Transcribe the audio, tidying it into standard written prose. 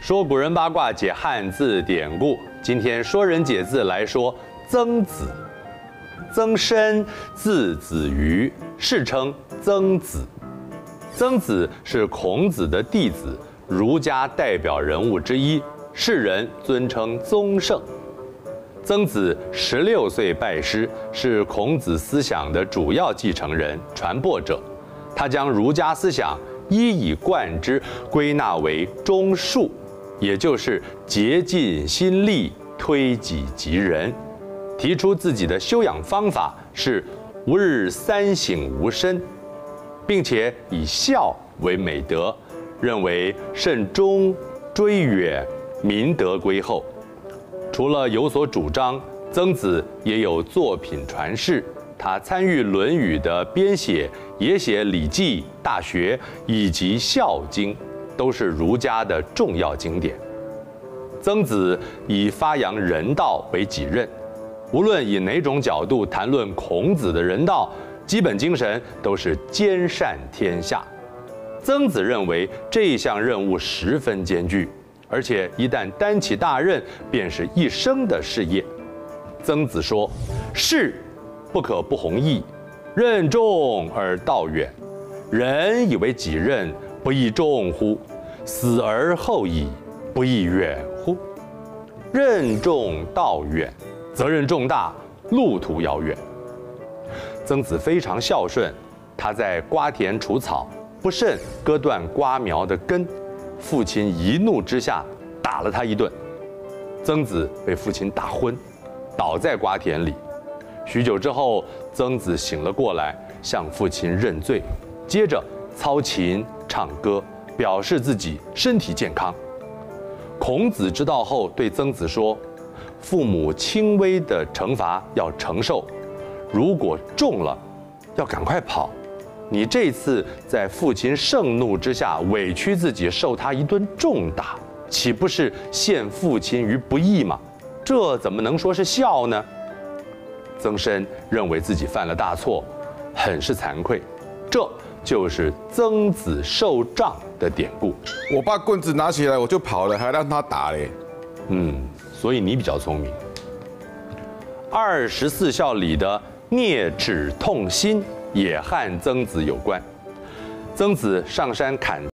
说古人八卦，解汉字典故。今天说人解字来说曾子。曾参，字子瑜，世称曾子。曾子是孔子的弟子，儒家代表人物之一，世人尊称宗圣。曾子16岁拜师，是孔子思想的主要继承人、传播者。他将儒家思想一以贯之，归纳为忠恕，也就是竭尽心力，推己及人。提出自己的修养方法是吾日三省吾身，并且以孝为美德，认为慎终追远，民德归后。除了有所主张，曾子也有作品传世。他参与《论语》的编写，也写《礼记》《大学》以及《孝经》，都是儒家的重要经典。曾子以发扬人道为己任，无论以哪种角度谈论孔子的人道，基本精神都是兼善天下。曾子认为这一项任务十分艰巨，而且一旦担起大任，便是一生的事业。曾子说：“事不可不弘毅，任重而道远。人以为己任，不亦重乎？死而后已，不亦远乎？任重道远，责任重大，路途遥远。”曾子非常孝顺，他在瓜田除草，不慎割断瓜苗的根，父亲一怒之下打了他一顿。曾子被父亲打昏，倒在瓜田里。许久之后，曾子醒了过来，向父亲认罪，接着操琴唱歌，表示自己身体健康。孔子知道后对曾子说：“父母轻微的惩罚要承受，如果重了，要赶快跑。你这次在父亲盛怒之下委屈自己，受他一顿重打，岂不是陷父亲于不义吗？这怎么能说是孝呢？”曾参认为自己犯了大错，很是惭愧。这就是曾子受杖的典故。 我把棍子拿起来我就跑了，还让他打嘞。 所以你比较聪明。24孝里的啮齿痛心也和曾子有关。曾子上山砍